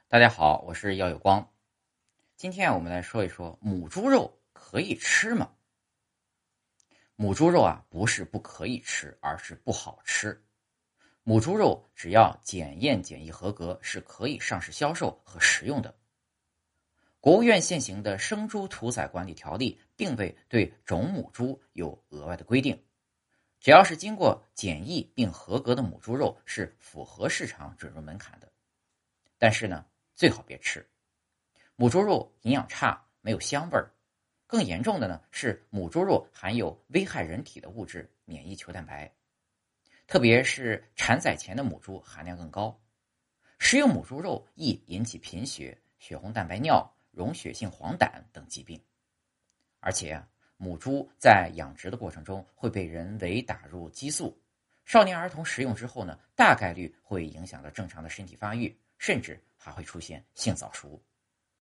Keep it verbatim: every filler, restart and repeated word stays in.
大家好，我是耀有光。今天我们来说一说母猪肉可以吃吗？母猪肉啊，不是不可以吃，而是不好吃。母猪肉只要检验检疫合格，是可以上市销售和食用的。国务院现行的生猪屠宰管理条例并未对种母猪有额外的规定，只要是经过检疫并合格的母猪肉是符合市场准入门槛的。但是呢，最好别吃。母猪肉营养差，没有香味儿。更严重的呢是母猪肉含有危害人体的物质免疫球蛋白，特别是产崽前的母猪含量更高。食用母猪肉易引起贫血、血红蛋白尿、溶血性黄疸等疾病。而且啊，母猪在养殖的过程中会被人为打入激素，少年儿童食用之后呢，大概率会影响到正常的身体发育，甚至还会出现性早熟。